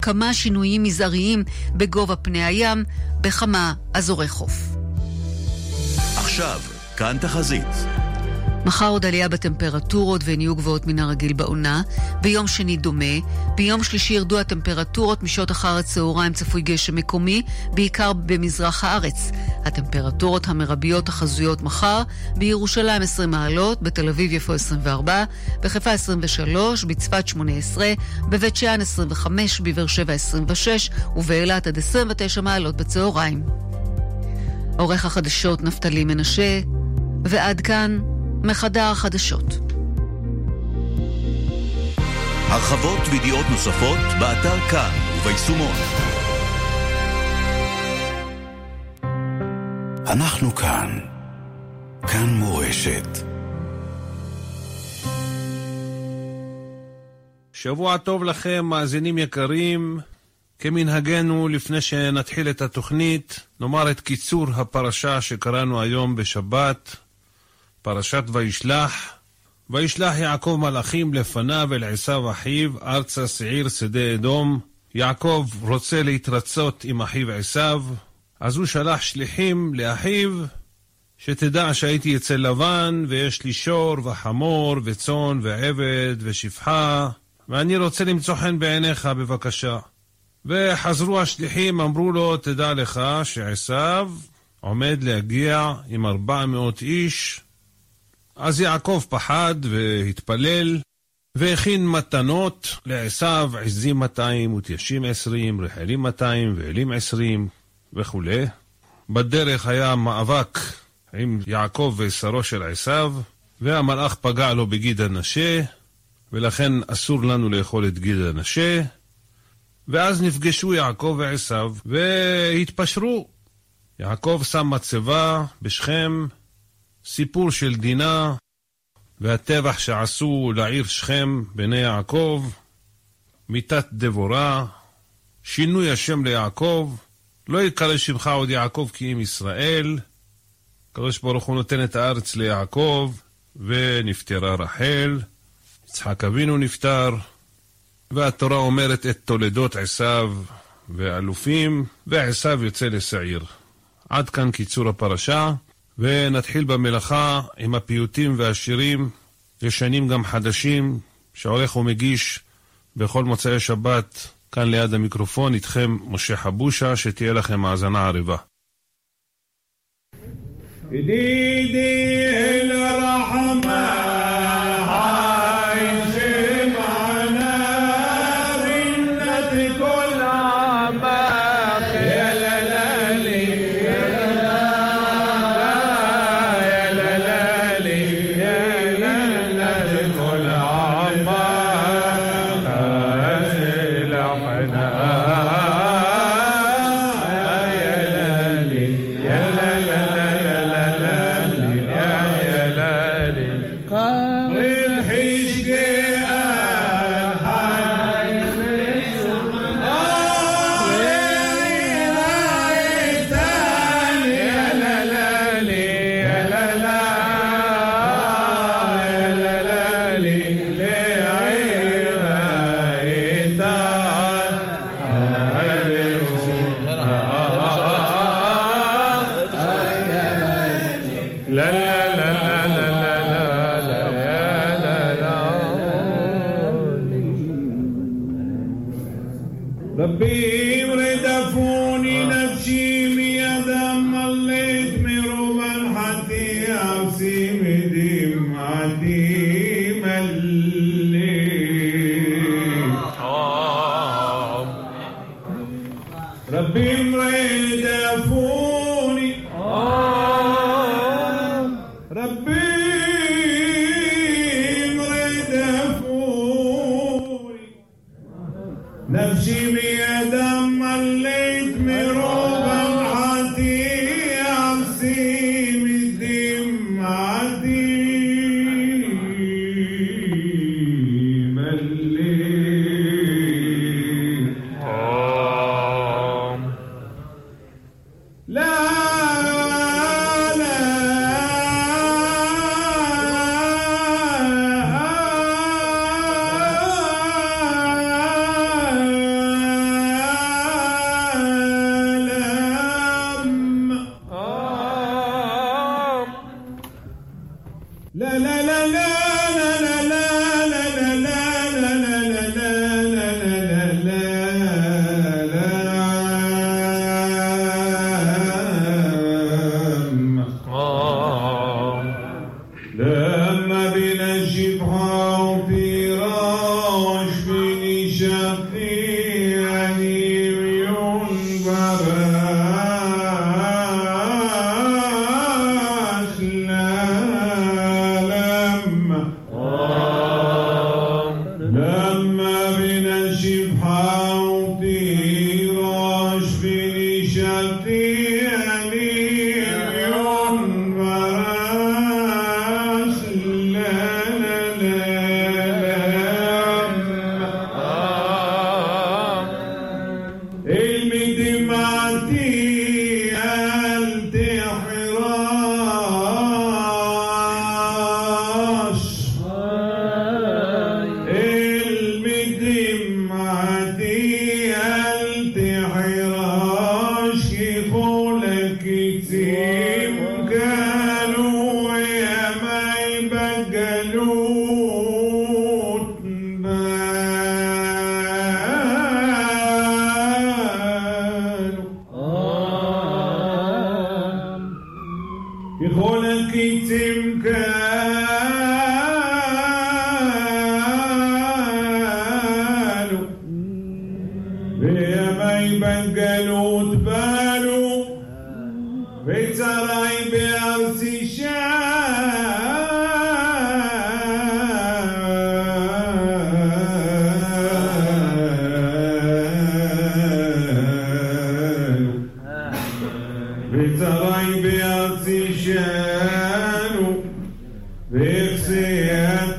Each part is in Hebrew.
כמה שינויים מזעריים בגובה פני הים בכמה אזורי חוף. עכשיו, כאן תחזית. מחר עוד עלייה בטמפרטורות והן יהיו גבוהות מן הרגיל בעונה. ביום שני דומה. ביום שלישי ירדו הטמפרטורות, משעות אחר הצהריים צפוי גשם מקומי, בעיקר במזרח הארץ. הטמפרטורות המרביות החזויות מחר: בירושלים 20 מעלות, בתל אביב יפו 24, בחיפה 23, בצפת 18, בבית שאן 25, בבאר שבע 26 ובאילת עד 29 מעלות בצהריים. עורך החדשות נפתלי מנשה, ועד כאן מחדר החדשות. הרחבות וידיעות נוספות באתר כאן וביישומון. אנחנו כאן. כאן מורשת. שבוע טוב לכם, מאזינים יקרים. כמנהגנו, לפני שנתחיל את התוכנית, נאמר את קיצור הפרשה שקראנו היום בשבת, פרשת וישלח. וישלח יעקב מלאכים לפניו אל עשיו אחיו, ארצה שעיר שדה אדום. יעקב רוצה להתרצות עם אחיו עשיו, אז הוא שלח שליחים לאחיו, שתדע שהייתי אצל לבן, ויש לי שור וחמור וצאן ועבד ושפחה, ואני רוצה למצוא חן בעיניך בבקשה. וחזרו השליחים, אמרו לו, תדע לך שעשיו עומד להגיע עם 400 איש. אז יעקב פחד והתפלל, והכין מתנות לעשיו, עזים 200 ותיישים 20, רחלים 200 ואלים 20 וכו'. בדרך היה מאבק עם יעקב ושרו של עשיו, והמלאך פגע לו בגיד הנשה, ולכן אסור לנו לאכול את גיד הנשה. ואז נפגשו יעקב ועשיו והתפשרו. יעקב שם מצבה בשכם, סיפור של דינה והטבח שעשו לעיר שכם בני יעקב, מיתת דבורה, שינוי השם ליעקב, לא יקרא שמך עוד יעקב כי אם ישראל. הקדוש ברוך הוא נותן את הארץ ליעקב, ונפטרה רחל, יצחק אבינו נפטר, והתורה אומרת את תולדות עשיו ואלופים, ועשיו יוצא לשעיר. עד כאן קיצור הפרשה, ונתחיל במלאכה עם הפיוטים והשירים, ישנים גם חדשים, שעורך ומגיש בכל מוצאי שבת, כאן ליד המיקרופון, איתכם משה חבושה, שתהיה לכם האזנה ערבה. ידידי אל רחמה ربي ردفوني نفسي بيدم مليت مروبا حتي عفسي بدمعتي مليت ربي ردفوني ربي ردفوني نفسي بيدم مليت مروبا حتي عفسي بدمعتي مليت קיצים קלו וימי בגלות בנו וצרי בארצי וצרי בארצי שלנו ויחסי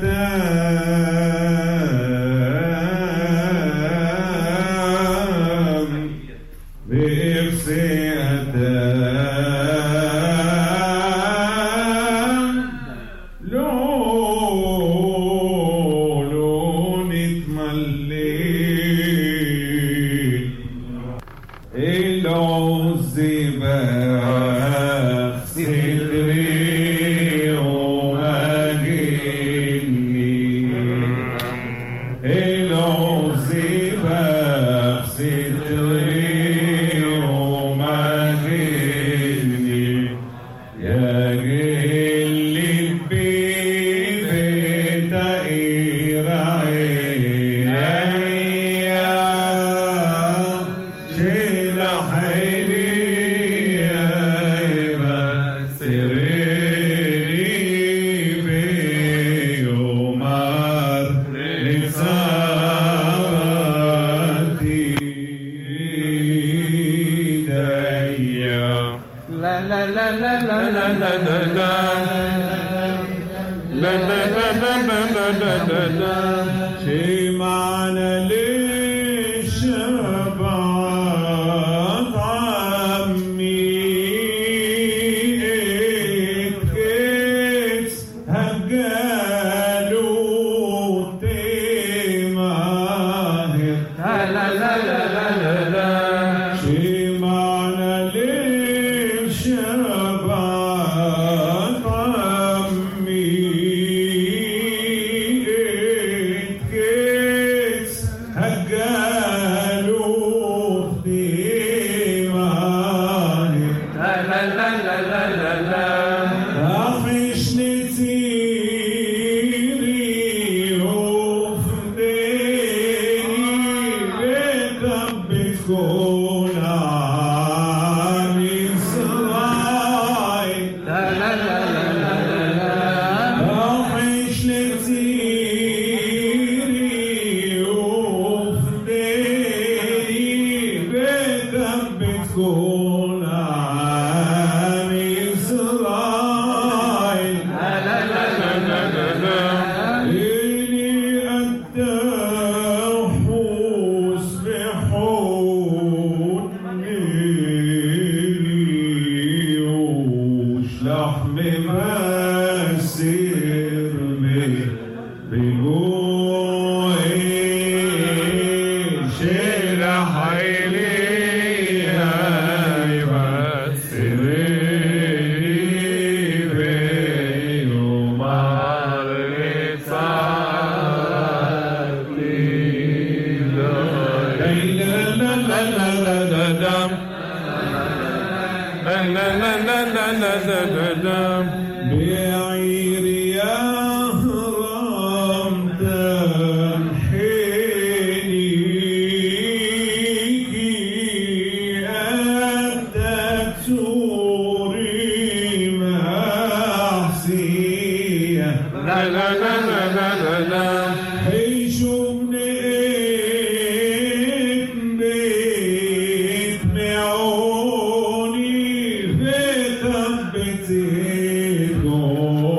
אדם ויחסי אדם לא נתמלא אלו זיבך סדרי ומגני אלו זיבך סדרי ומגני יגל ליבי ותאיר עיניה של החיילי בסירי ויאמר לצרתי דיה לה לה לה לה לה לה לה לה לה שמענה לשבת עמי את קץ הגלות תמהר שמענה לשבת עמי את קץ הגלות תמהר אחש נצירי ופדני וקבץ כל עם ישראל אחש נצירי ופדני וקבץ כל עם ישראל إني أتحوس بحضني واشلح بمسير بجوعي شلح عيني بعير يا هرم تنحني أتت سوري محسية حيش بنيت بيت معوني فتبت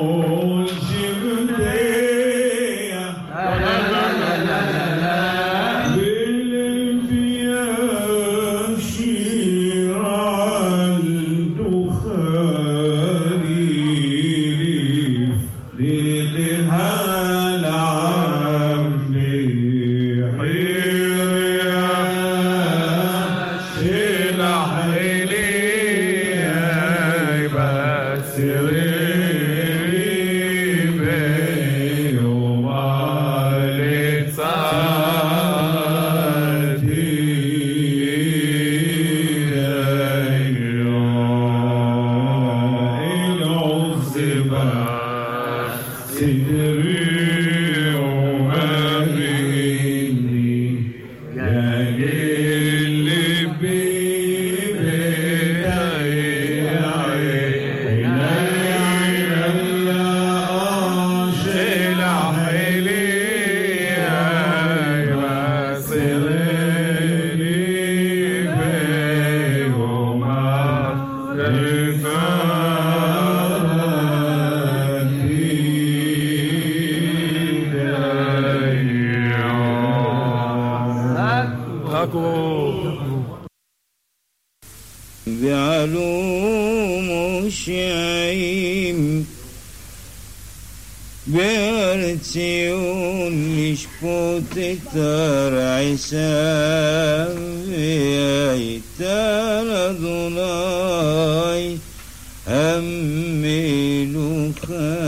ועלו מושעים בהר ציון לשפוט את הרעשה והייתה לאדוני המלוכה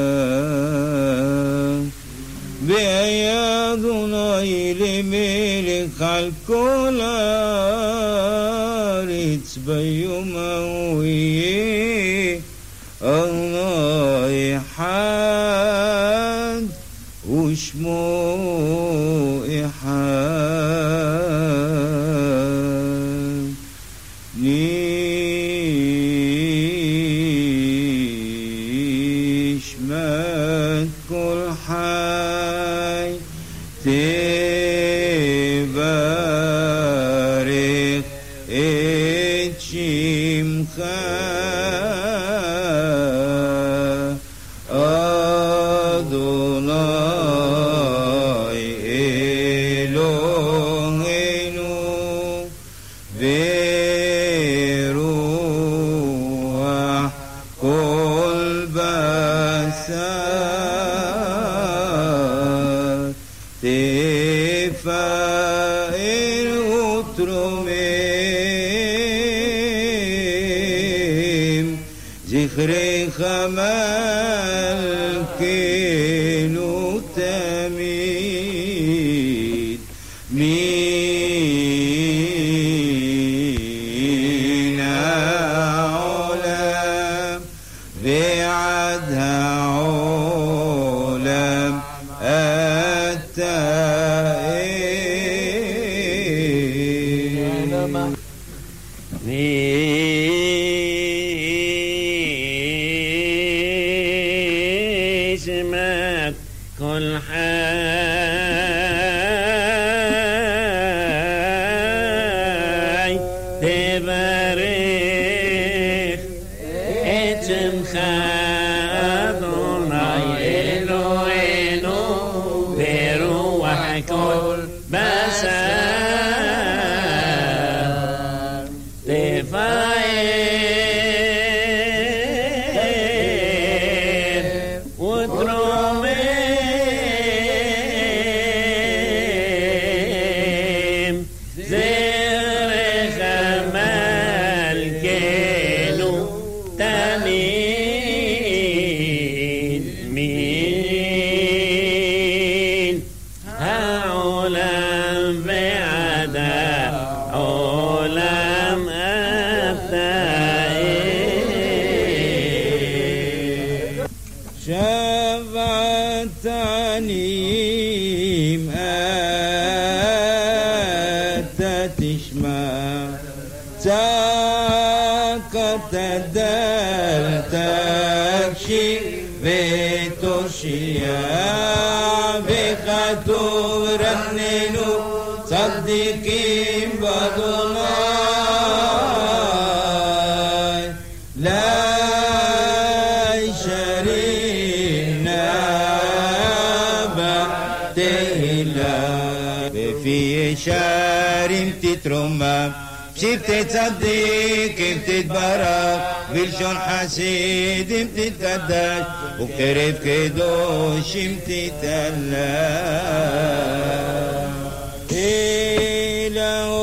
והיה אדוני למלך על כל הארץ ביום ההוא יהיה אדוני אחד ושמו אחד נשמת כל חי תברך את שמך זכרך מלכנו תמיד מן העולם ועד העולם אתה כל חי תברך את שמך אדוני אלוהינו ברוח כל בשר תפאר ותרומם שבעת עניים אתה תשמע צעקת הדל תקשיב ותושיע וכתוב רננו צדיקים באדוני בפי ישרים תתרומם שבטי צדיקים תתברך בלשון חסידים תתקדש ובקרב קדושים תתעלה אל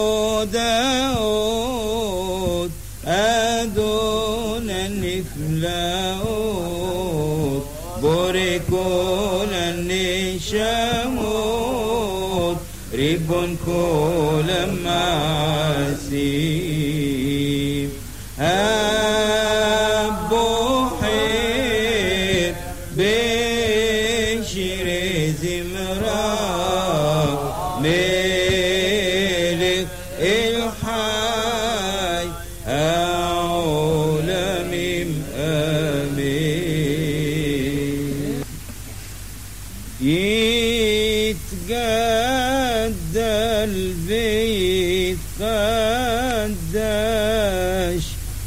ההודעות אדון הנפלאות בורא כל הנשמות ריבון כל המעשים הבוחר בשירי זמרה מלך אל חי העולמים אמן יתגדל ויתקדש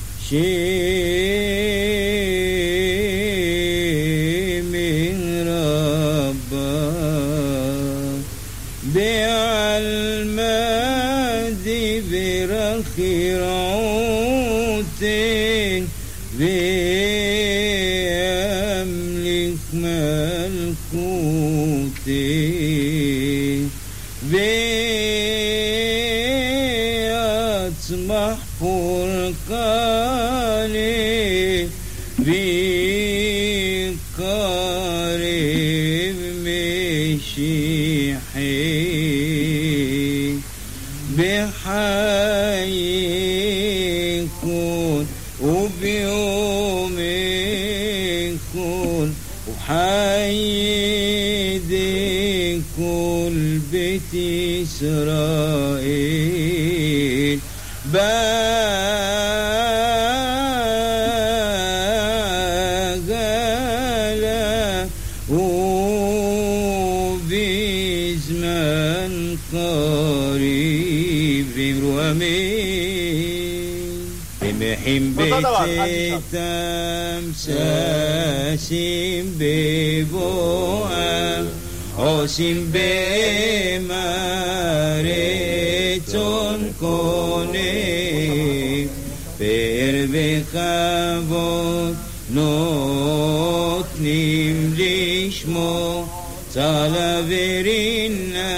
שמן רבה בעלמא دبر خيرات بيملك ملكوتي بيطمح فرقاني بقارب مشيحي بحيكون وبيوم يكون وحيدي كل بيت إسرائيل باغلا وبزمن قريب ومين بمحم بيت تمساسين ببوام عوسين بمارتون كوني بير بخبود نوتنيم لشمو طلبرنا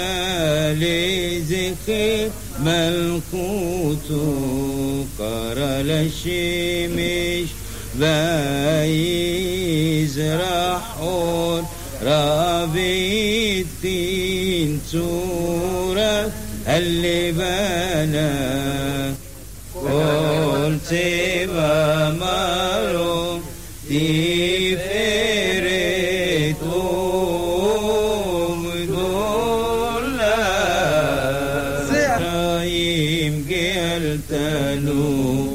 لذكر ملكوتو قرى للشمش ويزرحون رابط تنتورة اللبانة قلت بمارو تفرت أمدولا سرايم قلتلو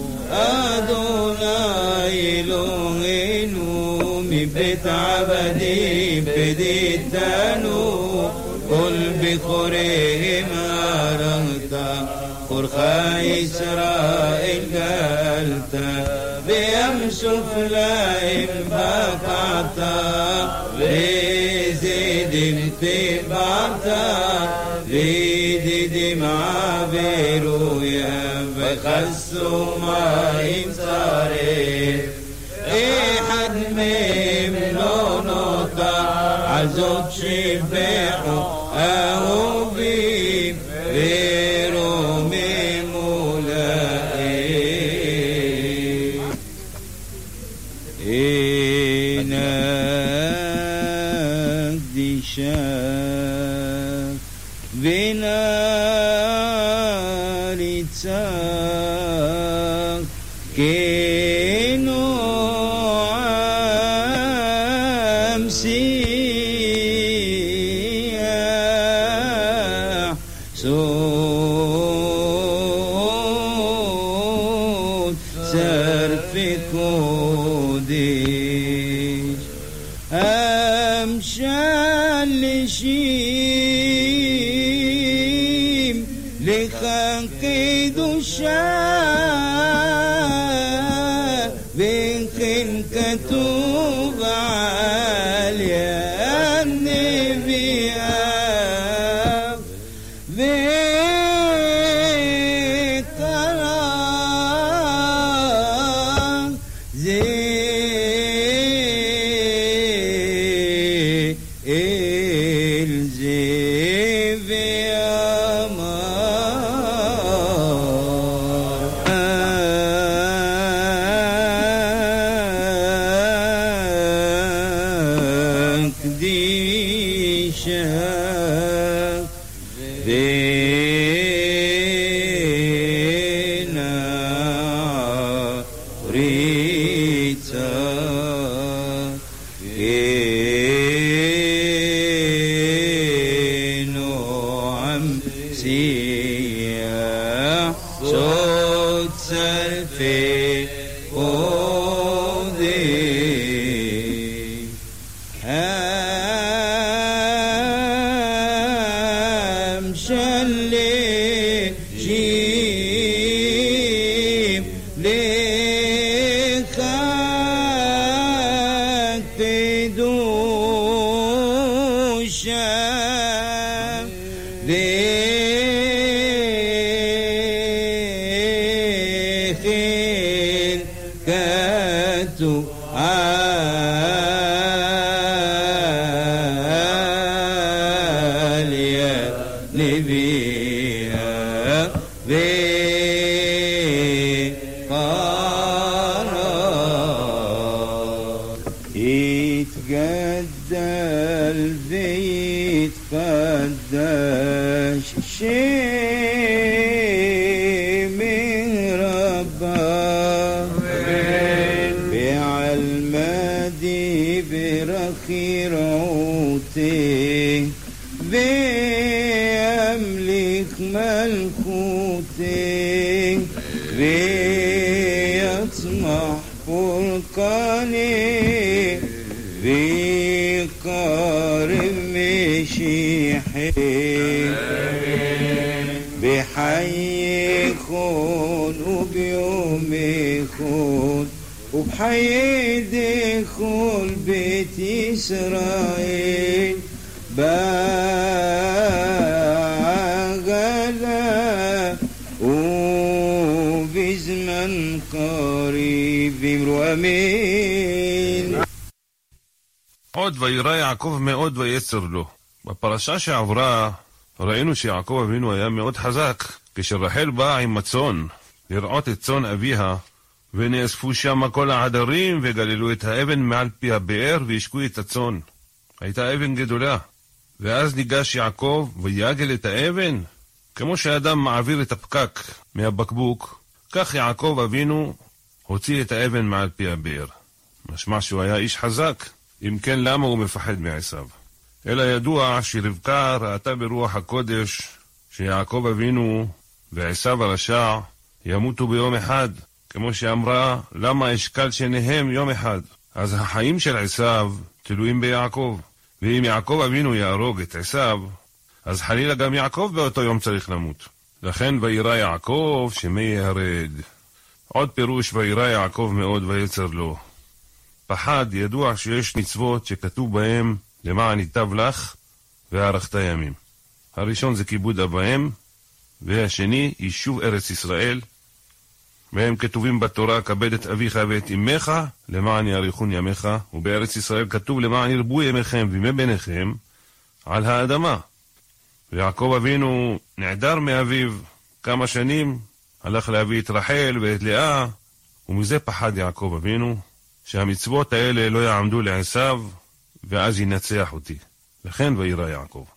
أدوناي لونينو مبت عبدي بديتانو قل بخورهم أرغتا خرخا إسرائيل قلتا بيمسف لائم بقعتا بزيد انتبعتا بيدد معابرويا بخسو ما إمساري إحد ممنونوتا عزوت شبعو أهو بيب بيرو ممولائي إنك دشاك بنار تاك كينو عمسيح صوت سرف كوديش أمشال لشيم لخنقيد الشام بنخن كتوب عالية النبيان ذكران الزيف يا مقديشك بينا ريتا إنو عمسيح صوت سلفي قودي همشلي جيب لخاك بدوشا עשו עליה נביאה וקרא יתגדל ויתקדש שם רבה בעלמדי ברכי רעותי ואמליך מלכותי ויצמח פורקני ויקרב משיחי בחיי חול וביומי חול ובחיי דכל בית ישראל בעגלה ובזמן קריב אמרו אמן. עוד וירא יעקב מאוד ויצר לו. בפרשה שעברה ראינו שיעקב אבינו היה מאוד חזק כשרחל באה עם הצאן לרעות את צאן אביה, ונאספו שם כל העדרים וגללו את האבן מעל פי הבאר והשקו את הצאן. הייתה אבן גדולה, ואז ניגש יעקב ויעגל את האבן. כמו שאדם מעביר את הפקק מהבקבוק, כך יעקב אבינו הוציא את האבן מעל פי הבאר. משמע שהוא היה איש חזק. אם כן, למה הוא מפחד מעשיו? אלא ידוע שרבקה ראתה ברוח הקודש שיעקב אבינו ועשיו הרשע ימותו ביום אחד, כמו שאמרה, למה אשקל שניהם יום אחד? אז החיים של עשיו תלויים ביעקב, ואם יעקב אבינו יהרוג את עשיו, אז חלילה גם יעקב באותו יום צריך למות. לכן וירא יעקב שמא יהרג. עוד פירוש וירא יעקב מאוד ויצר לו. פחד, ידוע שיש מצוות שכתוב בהם למען ייטב לך והארכת ימים. הראשון זה כיבוד אב ואם, והשני יישוב ארץ ישראל, והם כתובים בתורה כבד את אביך ואת אמך למען יאריכון ימיך, ובארץ ישראל כתוב למען ירבו ימיכם וימי בניכם על האדמה. ויעקב אבינו נעדר מאביו כמה שנים, הלך להביא את רחל ואת לאה, ומזה פחד יעקב אבינו שהמצוות האלה לא יעמדו לעשיו ואז ינצח אותי. לכן וירא יעקב.